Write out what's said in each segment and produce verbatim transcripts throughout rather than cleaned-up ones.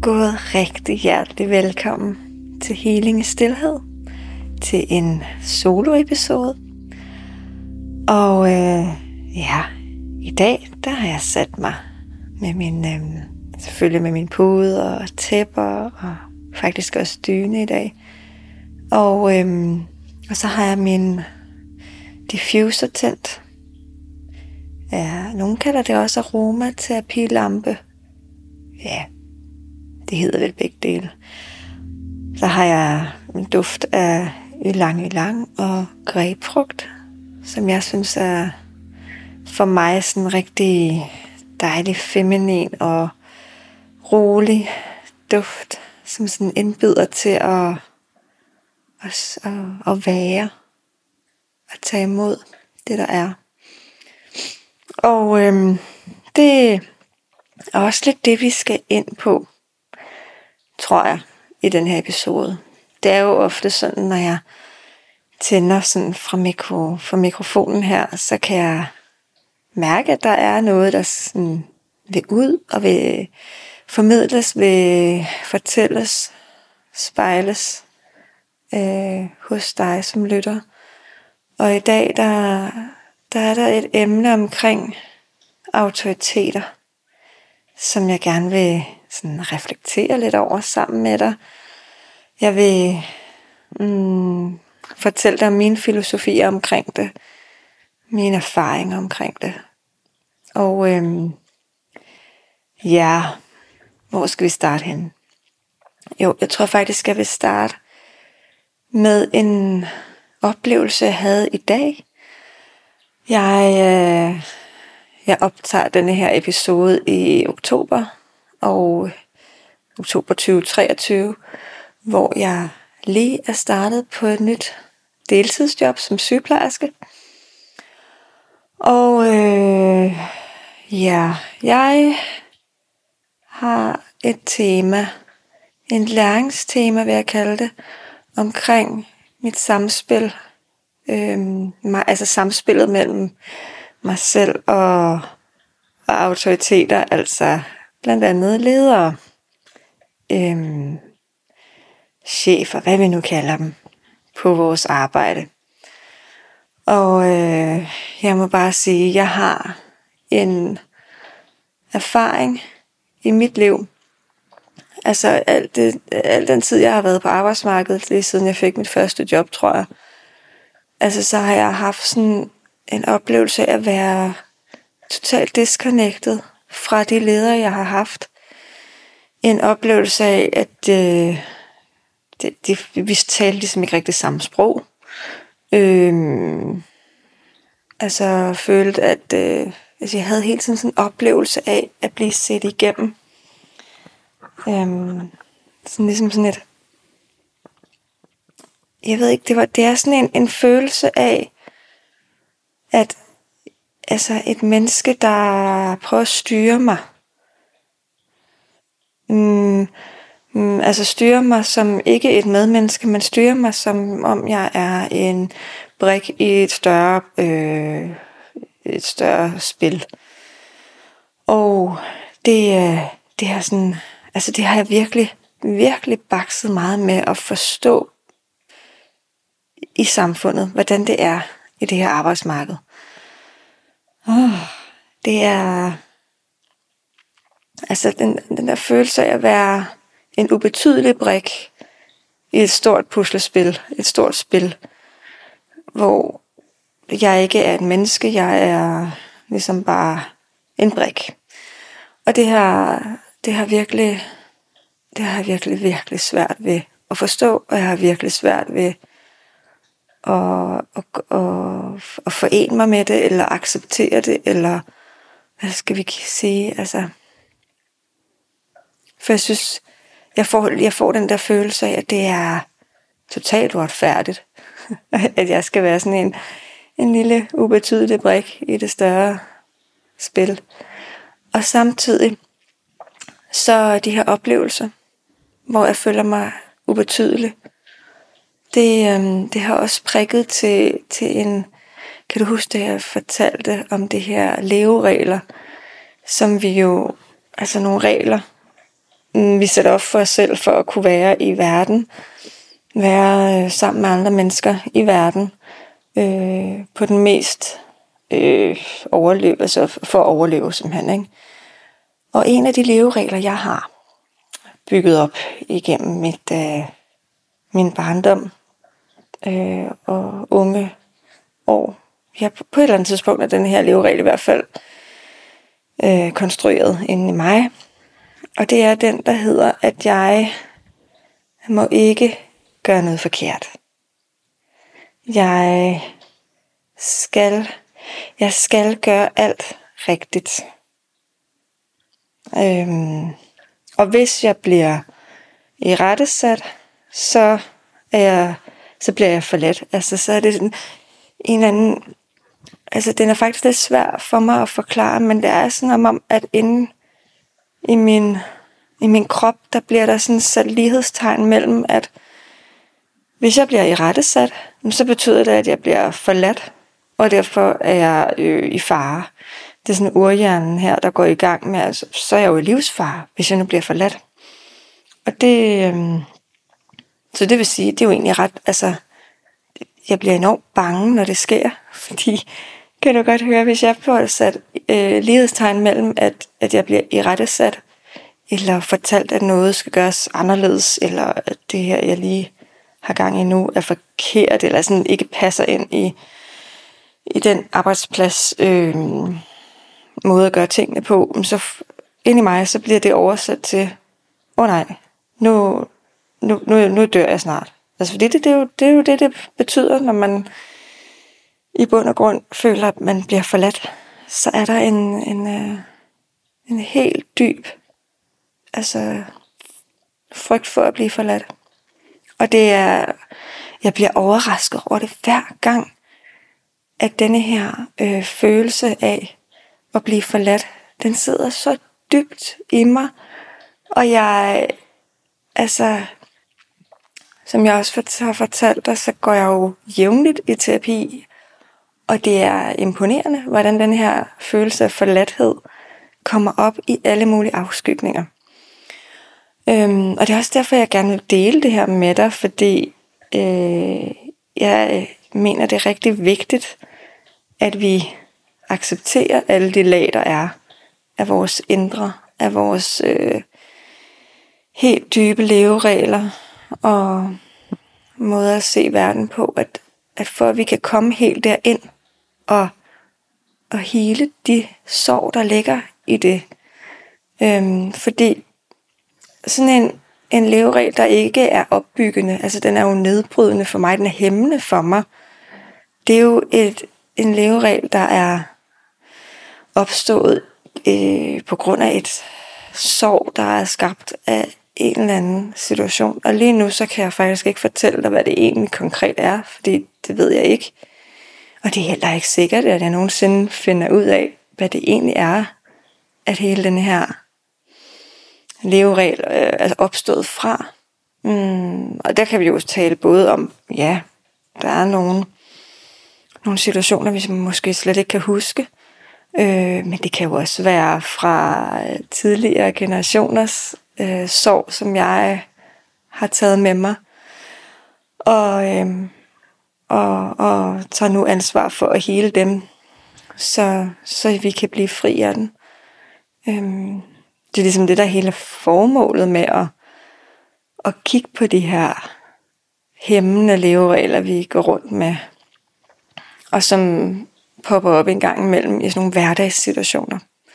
God rigtig hjertelig velkommen til Healing i Stilhed, til en solo-episode. Og øh, ja, i dag der har jeg sat mig med min, øh, selvfølgelig med min pude og tæpper og faktisk også dyne i dag. Og, øh, og så har jeg min diffuser tændt. Ja, nogen kalder det også aromaterapilampe. Ja, det hedder vel begge dele. Så har jeg en duft af ylang ylang og grapefrugt, som jeg synes er for mig sådan rigtig dejlig feminin og rolig duft, som sådan indbyder til at, at, at, at være og tage imod det der er. Og øhm, det er også lidt det vi skal ind på, tror jeg, i den her episode. Det er jo ofte sådan, når jeg tænder sådan fra, mikro, fra mikrofonen her, så kan jeg mærke, at der er noget, der sådan vil ud og vil formidles, vil fortælles, spejles øh, hos dig som lytter. Og i dag, der, der er der et emne omkring autoriteter, som jeg gerne vil sådan reflektere lidt over sammen med dig. Jeg vil mm, fortælle dig om mine filosofier omkring det, mine erfaringer omkring det. Og øhm, ja, hvor skal vi starte henne? Jo, jeg tror faktisk, jeg vil starte med en oplevelse, jeg havde i dag. Jeg, øh, jeg optager denne her episode i oktober, og oktober tyve treogtyve, hvor jeg lige er startet på et nyt deltidsjob som sygeplejerske. Og øh, ja, jeg har et tema, en læringstema vil jeg kalde det, omkring mit samspil, øh, mig, altså samspillet mellem mig selv og, og autoriteter, altså blandt andet ledere, øhm, chefer, hvad vi nu kalder dem, på vores arbejde. Og øh, jeg må bare sige, at jeg har en erfaring i mit liv. Altså al, det, al den tid, jeg har været på arbejdsmarkedet, lige siden jeg fik mit første job, tror jeg. Altså så har jeg haft sådan en oplevelse af at være totalt disconnected fra de ledere, jeg har haft. En oplevelse af, at øh, det, det, vi talte ligesom ikke rigtig samme sprog. Øhm, altså følte, at øh, altså, jeg havde hele tiden sådan en oplevelse af at blive set igennem. Øhm, sådan ligesom sådan et, jeg ved ikke, det, var, det er sådan en, en følelse af, at altså et menneske, der prøver at styre mig, Mm, mm, altså styre mig som ikke et medmenneske, men styre mig som om jeg er en brik i et større, øh, et større spil. Og det, det har sådan, altså det har jeg virkelig, virkelig bakset meget med at forstå i samfundet, hvordan det er i det her arbejdsmarked. Oh, det er Altså den, den der følelse af at være en ubetydelig brik i et stort puslespil, et stort spil, hvor jeg ikke er et menneske, jeg er ligesom bare en brik. Og det har, det har virkelig, det har virkelig, virkelig svært ved at forstå, og jeg har virkelig svært ved at, at, at, at forene mig med det, eller acceptere det, eller hvad skal vi sige, altså. For jeg synes, jeg får, jeg får den der følelse af, at det er totalt uretfærdigt. At jeg skal være sådan en, en lille ubetydelig brik i det større spil. Og samtidig, så de her oplevelser, hvor jeg føler mig ubetydelig, det, øhm, det har også prikket til, til en, kan du huske det, jeg fortalte om det her leveregler, som vi jo, altså nogle regler, vi sætter op for os selv for at kunne være i verden, være øh, sammen med andre mennesker i verden, øh, på den mest øh, overleve, altså for at overleve simpelthen, ikke? Og en af de leveregler, jeg har bygget op igennem mit, øh, min barndom øh, og unge år, ja, på et eller andet tidspunkt er den her leveregel i hvert fald øh, konstrueret inde i mig. Og det er den, der hedder, at jeg må ikke gøre noget forkert. Jeg skal, jeg skal gøre alt rigtigt. Øhm, og hvis jeg bliver irettesat, så er jeg, så bliver jeg forladt. Altså så er det sådan en eller anden, altså den er faktisk lidt svær for mig at forklare, men det er sådan om, at inde i min, i min krop, der bliver der sådan sat lighedstegn mellem, at hvis jeg bliver irettesat, så betyder det, at jeg bliver forladt, og derfor er jeg øh, i fare. Det er sådan urhjernen her, der går i gang med, altså, så er jeg jo i livsfare, hvis jeg nu bliver forladt. Og det, øh, så det vil sige, det er jo egentlig ret, altså, jeg bliver enormt bange, når det sker, fordi, kan du godt høre, hvis jeg får sat øh, lighedstegn mellem, at, at jeg bliver irettesat, eller fortalt, at noget skal gøres anderledes, eller at det her, jeg lige har gang i nu, er forkert, eller sådan ikke passer ind i, i den arbejdsplads øh, måde at gøre tingene på, så ind i mig, så bliver det oversat til, åh oh, nej, nu, nu, nu, nu dør jeg snart. Altså fordi det, det, er jo, det er jo det, det betyder, når man i bund og grund føler, at man bliver forladt. Så er der en, en, en helt dyb altså frygt for at blive forladt. Og det er, jeg bliver overrasket over det hver gang, at denne her øh, følelse af at blive forladt, den sidder så dybt i mig. Og jeg, altså, som jeg også har fortalt dig, så går jeg jo jævnligt i terapi. Og det er imponerende, hvordan den her følelse af forladthed kommer op i alle mulige afskygninger. Øhm, og det er også derfor, jeg gerne vil dele det her med dig, fordi øh, jeg mener, det er rigtig vigtigt, at vi accepterer alle de lag, der er af vores indre, af vores øh, helt dybe leveregler og måder at se verden på, at, at for at vi kan komme helt derind og, og hele de sorg, der ligger i det. Øhm, fordi sådan en, en leveregel, der ikke er opbyggende, altså den er jo nedbrydende for mig, den er hæmmende for mig. Det er jo et, en leveregel, der er opstået øh, på grund af et sorg, der er skabt af en eller anden situation. Og lige nu, så kan jeg faktisk ikke fortælle dig, hvad det egentlig konkret er, fordi det ved jeg ikke. Og det er heller ikke sikkert, at jeg nogensinde finder ud af, hvad det egentlig er, at hele den her leveregel øh, er opstået fra. Mm, og der kan vi jo tale både om, ja, der er nogle, nogle situationer, vi måske slet ikke kan huske, øh, men det kan jo også være fra tidligere generationers øh, sorg, som jeg har taget med mig, og, øh, og, og tager nu ansvar for at hele dem, så, så vi kan blive fri af den. Øh, Det er ligesom det, der er hele formålet med at, at kigge på de her hæmmende leveregler, vi går rundt med, og som popper op en gang imellem i sådan nogle hverdagssituationer.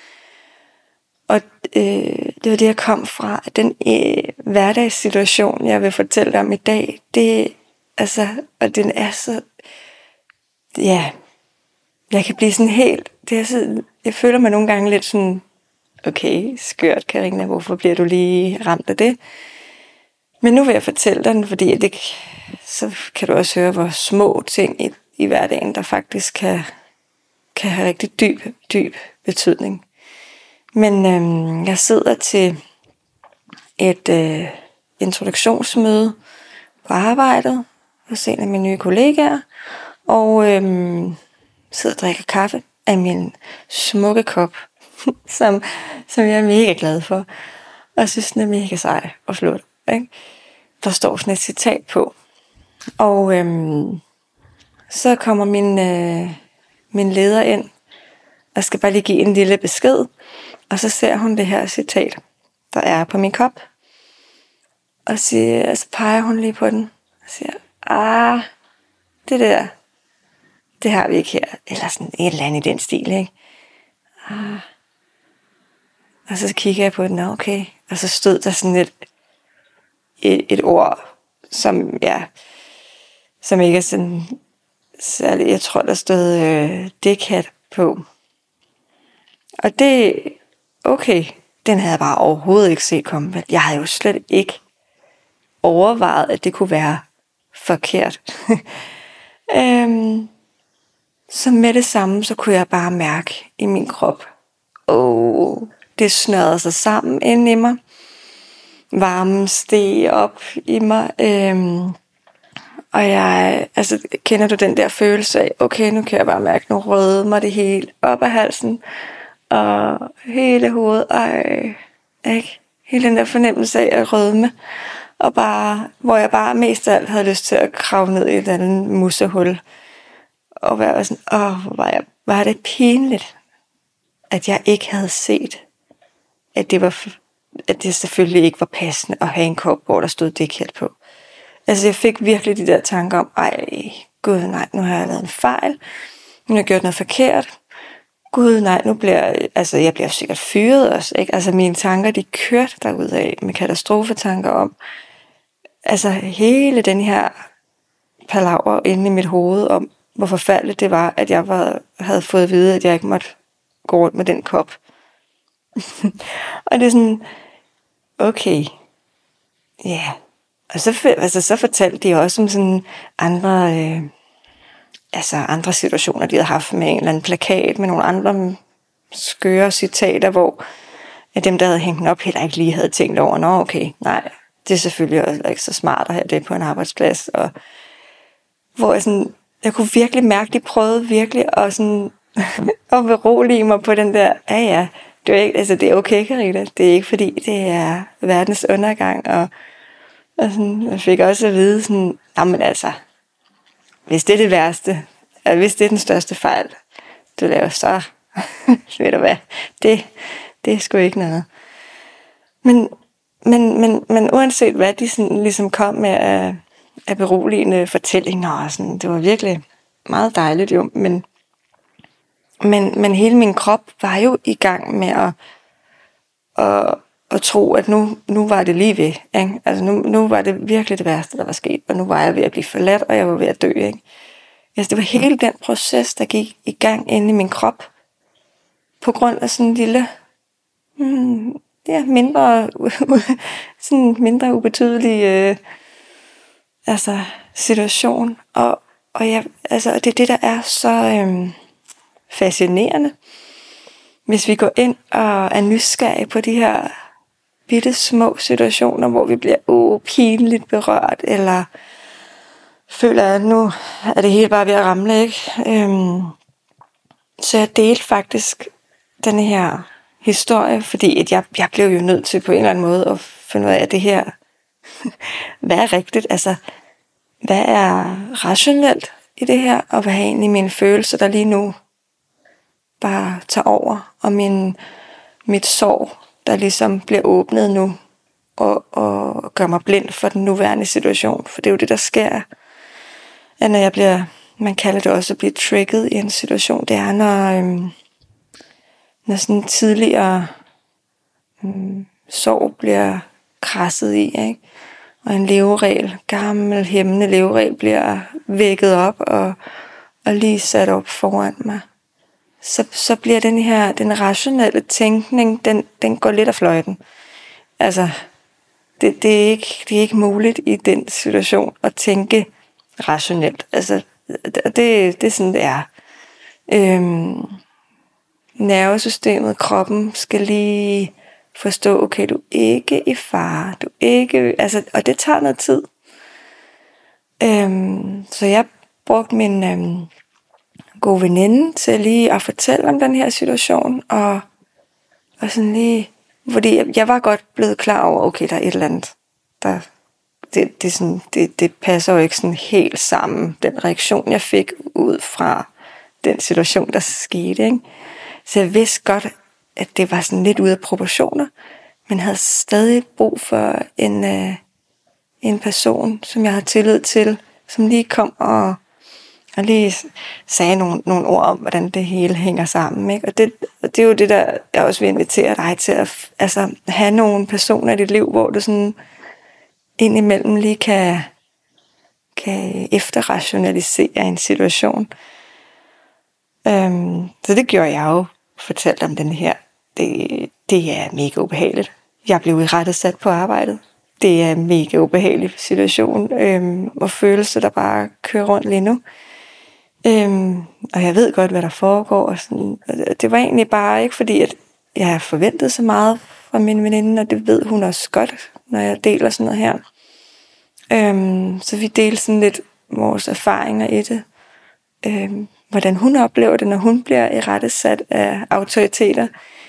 Og øh, det var det, jeg kom fra. Den øh, hverdagssituation, jeg vil fortælle dig om i dag, det altså, og den er så, ja, jeg kan blive sådan helt, det er så, jeg føler mig nogle gange lidt sådan, okay, skørt, Karina, hvorfor bliver du lige ramt af det? Men nu vil jeg fortælle dig den, fordi det, så kan du også høre, hvor små ting i, i hverdagen, der faktisk kan, kan have rigtig dyb, dyb betydning. Men øhm, jeg sidder til et øh, introduktionsmøde på arbejdet hos en af mine nye kollegaer, og øhm, sidder og drikker kaffe af min smukke kop, som, som jeg er mega glad for. Og jeg synes, den er mega sej og flot. Ikke? Der står sådan et citat på. Og øhm, så kommer min, øh, min leder ind. Jeg skal bare lige give en lille besked. Og så ser hun det her citat, der er på min kop. Og siger, så peger hun lige på den. Og siger, ah, det der, det har vi ikke her. Eller sådan et eller andet i den stil, ikke? Ah. Og så kigger jeg på den, okay. Og så stod der sådan et, et, et ord, som, ja, som ikke er sådan særlig, jeg tror, der stod øh, dickhead på. Og det, okay, den havde jeg bare overhovedet ikke set komme. Jeg havde jo slet ikke overvejet, at det kunne være forkert. øhm, så med det samme, så kunne jeg bare mærke i min krop, åh, det snørrede sig sammen inde i mig. Varmen steg op i mig. Øhm, og jeg, altså, kender du den der følelse af, okay, nu kan jeg bare mærke, nu røde mig det hele op af halsen. Og hele hovedet, ej, ikke? Hele den der fornemmelse af at rødme. Og bare, hvor jeg bare mest af alt havde lyst til at kravle ned i et andet musehul. Og være sådan, åh, hvor var, jeg, var det pinligt, at jeg ikke havde set, at det, var, at det selvfølgelig ikke var passende at have en kop, hvor der stod dickhead på. Altså jeg fik virkelig de der tanker om, ej, gud nej, nu har jeg lavet en fejl. Nu har jeg gjort noget forkert. Gud nej, nu bliver altså jeg bliver sikkert fyret også, ikke? Altså mine tanker, de kørte derudad med katastrofetanker om, altså hele den her palaver inde i mit hoved om, hvor forfærdeligt det var, at jeg var, havde fået at vide, at jeg ikke måtte gå rundt med den kop. Og det er sådan, okay, ja. Yeah. Og så, altså, så fortalte de også om sådan andre, øh, altså andre situationer, de havde haft med en eller anden plakat, med nogle andre skøre citater, hvor dem, der havde hængt den op, heller ikke lige havde tænkt over, nå okay, nej, det er selvfølgelig også ikke så smart at have det på en arbejdsplads. Og hvor jeg sådan, jeg kunne virkelig mærke, de prøvede virkelig at sådan, at berolige mig på den der, ja ja, det er, ikke, altså, det er okay, Carita, det er ikke fordi, det er verdens undergang, og, og sådan, jeg fik også at vide sådan, jamen altså, hvis det er det værste, og hvis det er den største fejl, du laver, så ved du hvad, det, det er sgu ikke noget. Men, men, men, men uanset hvad de sådan ligesom kom med af, af beroligende fortællinger, og sådan, det var virkelig meget dejligt jo, men, men, men hele min krop var jo i gang med at, at, at tro, at nu, nu var det lige ved, ikke? Altså nu, nu var det virkelig det værste, der var sket, og nu var jeg ved at blive forladt, og jeg var ved at dø, ikke? Altså det var hele den proces, der gik i gang inde i min krop, på grund af sådan en lille, hmm, ja, mindre, sådan mindre ubetydelig øh, altså, situation. Og, og, jeg, altså, og det er det, der er så øh, fascinerende. Hvis vi går ind og er nysgerrige på de her bitte små situationer, hvor vi bliver oh, pinligt berørt, eller føler, at nu er det hele bare ved at ramle, ikke? Øhm, så jeg delte faktisk den her historie, fordi at jeg, jeg blev jo nødt til på en eller anden måde at finde ud af, at det her, hvad er rigtigt? Altså, hvad er rationelt i det her, og hvad er egentlig mine følelser, der lige nu bare tager over, og min, mit sorg, der ligesom bliver åbnet nu, og, og gør mig blind for den nuværende situation, for det er jo det, der sker, at når jeg bliver, man kalder det også at blive trigget i en situation, det er, når, øhm, når sådan tidligere øhm, sorg bliver krasset i, ikke? Og en leveregel, gammel, hæmmende leveregel, bliver vækket op og, og lige sat op foran mig. Så, så bliver den her, den rationelle tænkning, den, den går lidt af fløjten. Altså, det, det, er ikke, det er ikke muligt i den situation at tænke rationelt. Altså, det, det er sådan, det er. Øhm, nervesystemet, kroppen skal lige forstå, okay, du er ikke i fare, du er ikke, altså, og det tager noget tid. Øhm, så jeg brugte min øhm, gode veninde til lige at fortælle om den her situation, og, og sådan lige Fordi jeg, jeg var godt blevet klar over, okay, der er et eller andet, der, det, det, sådan, det, det passer jo ikke sådan helt sammen, den reaktion, jeg fik ud fra den situation, der skete. Ikke? Så jeg vidste godt, at det var sådan lidt ude af proportioner, men havde stadig brug for en, øh, en person, som jeg havde tillid til, som lige kom og, og lige sagde nogle, nogle ord om, hvordan det hele hænger sammen. Ikke? Og det, det er jo det, der jeg også vil invitere dig til, at altså, have nogle personer i dit liv, hvor du sådan indimellem lige kan, kan efterrationalisere en situation. Øhm, så det gjorde jeg jo, fortalt om den her. Det, det er mega ubehageligt. Jeg blev irettesat på arbejdet. Det er en mega ubehagelig situation, øhm, og følelser, der bare kører rundt lige nu. Øhm, og jeg ved godt, hvad der foregår. Og sådan. Det var egentlig bare ikke fordi, at jeg har forventet så meget fra min veninde, og det ved hun også godt, når jeg deler sådan noget her. Øhm, så vi deler sådan lidt vores erfaringer i det. Øhm, hvordan hun oplever det, når hun bliver irettesat af autoriteter.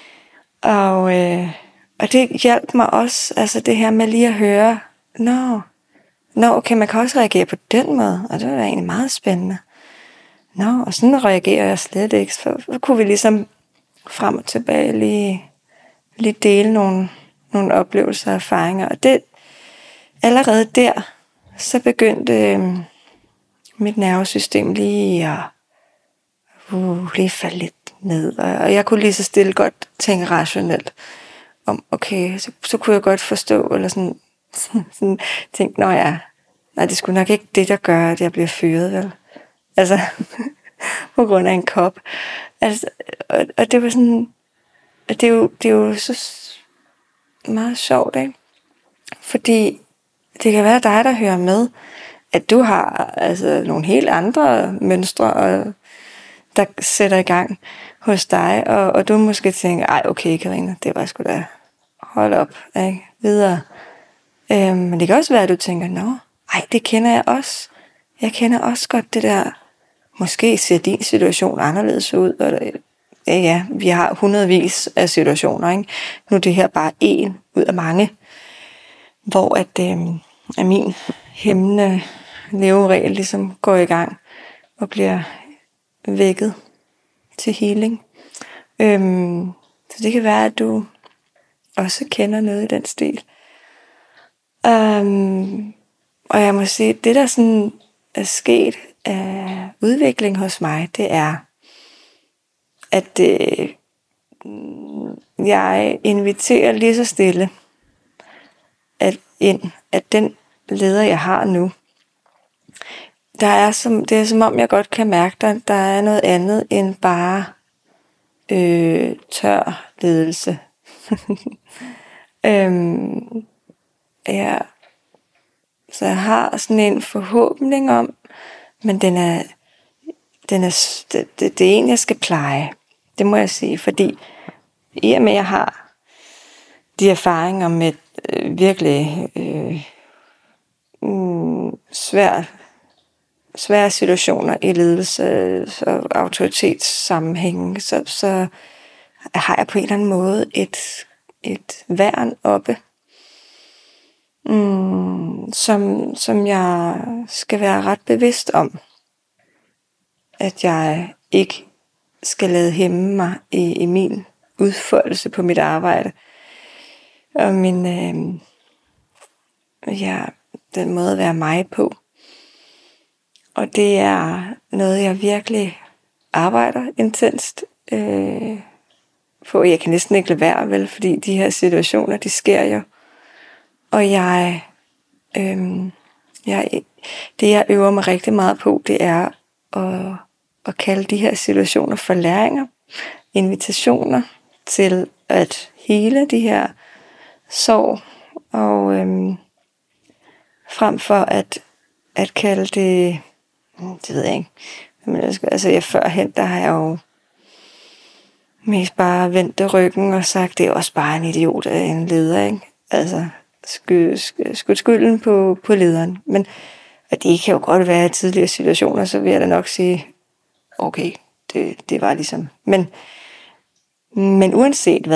Og, øh, og det hjalp mig også, altså det her med lige at høre, nå, nå okay, man kan også reagere på den måde, og det var egentlig meget spændende. Nå, og sådan reagerer jeg slet ikke. Så, så kunne vi ligesom frem og tilbage lige, lige dele nogle, nogle oplevelser og erfaringer. Og det, allerede der, så begyndte øh, mit nervesystem lige at uh, lige falde lidt ned. Og, og jeg kunne lige så stille godt tænke rationelt om, okay, så, så kunne jeg godt forstå, eller sådan, sådan tænke, nå ja, nej, det skulle nok ikke det, der gør, at jeg bliver fyret, vel? Altså, på grund af en kop. Altså, og, og det var sådan, det er jo, det er jo så meget sjovt, ikke? Fordi det kan være dig, der hører med, at du har altså nogle helt andre mønstre, og, der sætter i gang hos dig, og, og du måske tænker, ej okay Karina, det var sgu da, hold op, ikke? Videre. Øhm, men det kan også være, at du tænker, nå, ej, det kender jeg også. Jeg kender også godt det der, måske ser din situation anderledes ud, og ja, ja, vi har hundredvis af situationer, ikke? Nu er det her bare en ud af mange, hvor at, øhm, at min hæmmende leveregel ligesom går i gang og bliver vækket til healing. Øhm, så det kan være, at du også kender noget i den stil. Um, og jeg må sige, at det der sådan er sket af udvikling hos mig, det er, at øh, jeg inviterer lige så stille at ind, at den leder, jeg har nu, der er som, det er som om, jeg godt kan mærke, at der er noget andet end bare øh, tør ledelse. øhm, ja. Så jeg har sådan en forhåbning om, men den er, den er det, det, det er en, jeg skal pleje. Det må jeg sige, fordi i og med, at jeg har de erfaringer med øh, virkelig øh, mm, svært svære situationer i ledelse og autoritetssammenhænge, så, så har jeg på en eller anden måde et, et værn oppe, mm, som, som jeg skal være ret bevidst om, at jeg ikke skal lade hæmme mig i, i min udfoldelse på mit arbejde, og min, øh, ja, den måde at være mig på. Og det er noget, jeg virkelig arbejder intenst øh, på. Jeg kan næsten ikke lade være, vel, fordi de her situationer, de sker jo. Og jeg, øh, jeg, det jeg øver mig rigtig meget på, det er at, at kalde de her situationer for læringer, invitationer til at hele de her sorg, og øh, frem for at, at kalde det, det ved jeg ikke, men altså jeg førhen, der har jeg jo mest bare vendt ryggen og sagt, det er også bare en idiot af en leder, ikke? Altså skudt skylden på, på lederen. Men og det kan jo godt være i tidligere situationer, så vil jeg da nok sige, okay, det, det var ligesom. Men, men uanset hvad,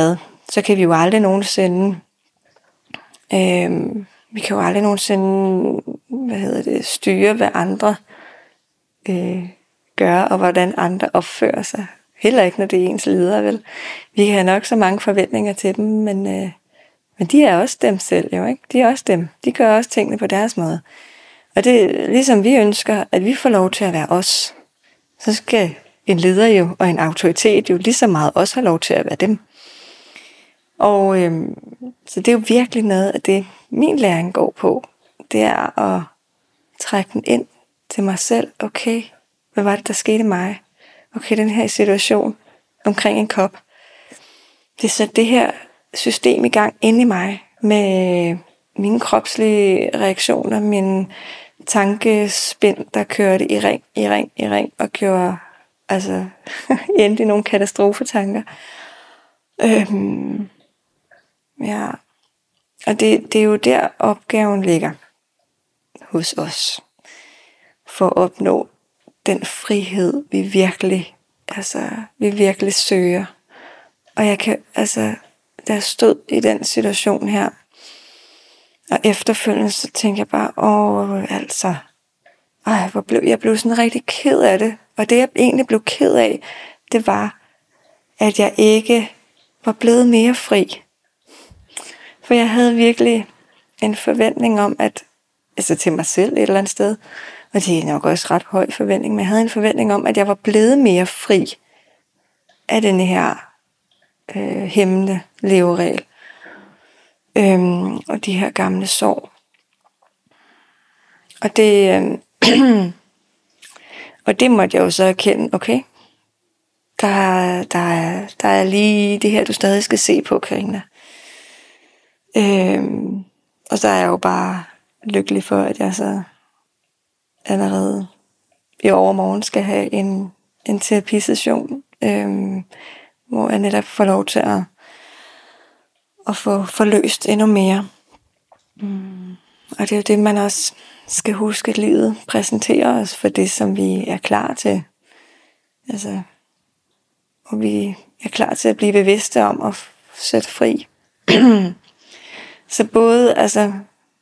så kan vi jo aldrig nogensinde, øh, vi kan jo aldrig nogensinde, hvad hedder det, styre, hvad andre øh, gør, og hvordan andre opfører sig. Heller ikke, når det er ens ledere, vel. Vi kan have nok så mange forventninger til dem, men, øh, men de er også dem selv, jo, ikke? De er også dem. De gør også tingene på deres måde. Og det er ligesom vi ønsker, at vi får lov til at være os. Så skal en leder jo, og en autoritet jo lige så meget også have lov til at være dem. Og øh, så det er jo virkelig noget af det, min læring går på. Det er at trække den ind til mig selv. Okay, hvad var det, der skete mig? Okay, den her situation omkring en kop. Det satte det her system i gang inde i mig, med mine kropslige reaktioner, mine tankespind, der kørte i ring, i ring, i ring, og gjorde, altså, endte i nogle katastrofetanker. Øhm, ja, og det, det er jo der opgaven ligger hos os, for at opnå den frihed, vi virkelig, altså, vi virkelig søger. Og jeg kan, altså, da jeg stod i den situation her, og efterfølgende, så tænkte jeg bare, åh, altså, ej, hvor blev, jeg blev sådan rigtig ked af det. Og det, jeg egentlig blev ked af, det var, at jeg ikke var blevet mere fri. For jeg havde virkelig en forventning om, at, altså til mig selv et eller andet sted, og det er nok også ret høj forventning, men jeg havde en forventning om, at jeg var blevet mere fri af den her øh, hæmmende leveregel. Øhm, og de her gamle sår. Og det, øh, og det måtte jeg jo så erkende, okay, der, der, er, der er lige det her, du stadig skal se på, Karina. Øhm, og så er jeg jo bare lykkelig for, at jeg så allerede i overmorgen skal have en, en terapisession, øhm, hvor jeg netop får lov til at, at få forløst endnu mere. Mm. Og det er jo det, man også skal huske, at livet præsenterer os for det, som vi er klar til. Altså, og vi er klar til at blive bevidste om at sætte fri. Så både, altså,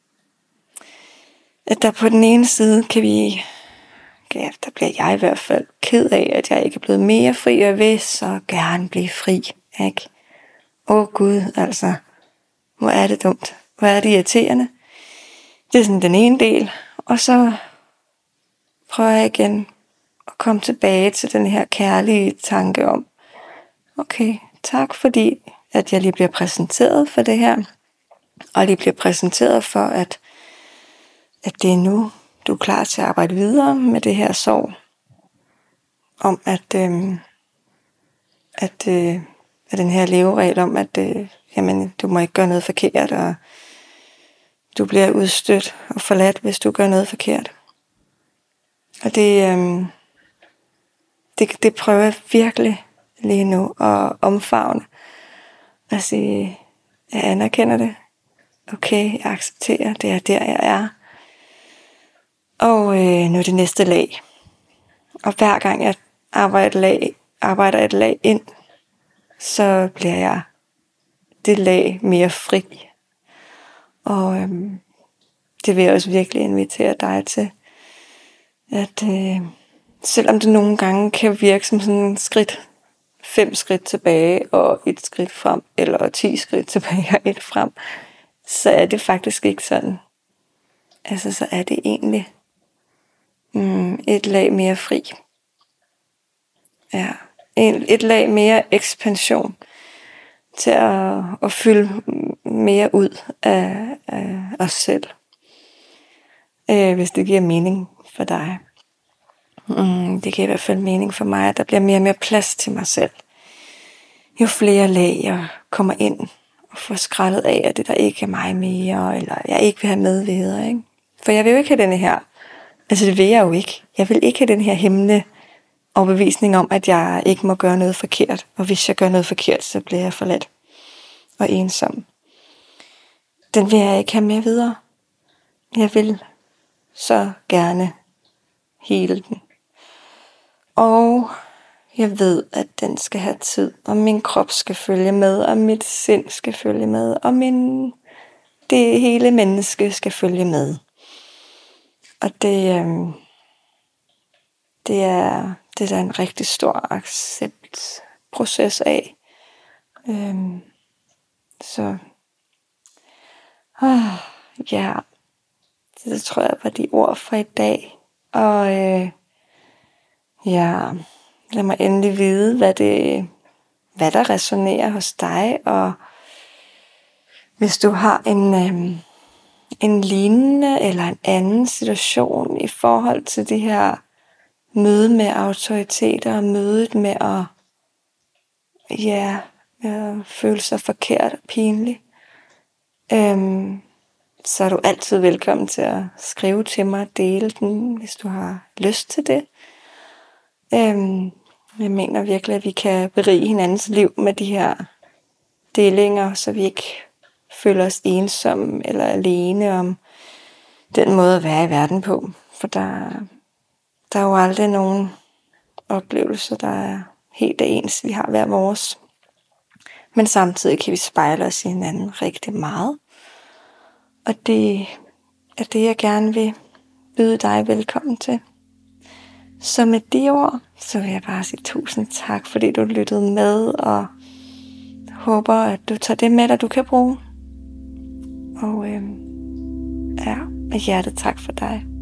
at der på den ene side kan vi, ja, der bliver jeg i hvert fald ked af, at jeg ikke er blevet mere fri, og vil så gerne blive fri, ikke? Åh Gud, altså, hvor er det dumt, hvor er det irriterende. Det er sådan den ene del, og så prøver jeg igen at komme tilbage til den her kærlige tanke om, okay, tak fordi, at jeg lige bliver præsenteret for det her, og lige bliver præsenteret for, at, at det er nu, du er klar til at arbejde videre med det her sorg, om at, øh, at, øh, at den her leveregel om, at øh, jamen, du må ikke gøre noget forkert, og du bliver udstødt og forladt, hvis du gør noget forkert. Og det, øh, det, det prøver jeg virkelig lige nu at omfavne. Og sige, jeg anerkender det. Okay, jeg accepterer, det er der, jeg er. Og øh, nu er det næste lag. Og hver gang jeg arbejder et lag, arbejder et lag ind, så bliver jeg det lag mere fri. Og øhm, det vil jeg også virkelig invitere dig til. At øh, selvom det nogle gange kan virke som sådan et skridt, fem skridt tilbage og et skridt frem, eller ti skridt tilbage og et frem, så er det faktisk ikke sådan. Altså så er det egentlig mm, et lag mere fri. Ja, et, et lag mere ekspansion til at, at fylde mere ud af, af os selv. Øh, hvis det giver mening for dig. Mm, det giver i hvert fald mening for mig, at der bliver mere og mere plads til mig selv. Jo flere lag jeg kommer ind og får skrællet af, at det der ikke er mig mere, eller jeg ikke vil have med videre. Ikke? For jeg vil jo ikke have denne her, altså det vil jeg jo ikke. Jeg vil ikke have den her hemmende overbevisning om, at jeg ikke må gøre noget forkert. Og hvis jeg gør noget forkert, så bliver jeg forladt og ensom. Den vil jeg ikke have med videre. Jeg vil så gerne hele den. Og Jeg ved, at den skal have tid, og min krop skal følge med, og mit sind skal følge med, og min, det hele menneske skal følge med. Og det, øhm, det, er, det er der en rigtig stor acceptproces af. Øhm, så øh, ja, det tror jeg var de ord for i dag. Og øh, ja, lad mig endelig vide, hvad, det, hvad der resonerer hos dig. Og hvis du har en, øh, en lignende eller en anden situation i forhold til det her møde med autoriteter og mødet med at ja, øh, føle sig forkert og pinlig, øhm, så er du altid velkommen til at skrive til mig og dele den, hvis du har lyst til det. Øhm, jeg mener virkelig, at vi kan berige hinandens liv med de her delinger, så vi ikke føler os ensomme eller alene om den måde at være i verden på. For der, der er jo aldrig nogen oplevelser, der er helt ens. Vi har hver vores. Men samtidig kan vi spejle os i hinanden rigtig meget. Og det er det, jeg gerne vil byde dig velkommen til. Så med de ord, så vil jeg bare sige tusind tak, fordi du lyttede med, og håber, at du tager det med dig, du kan bruge. Og øh, ja, med hjertet tak for dig.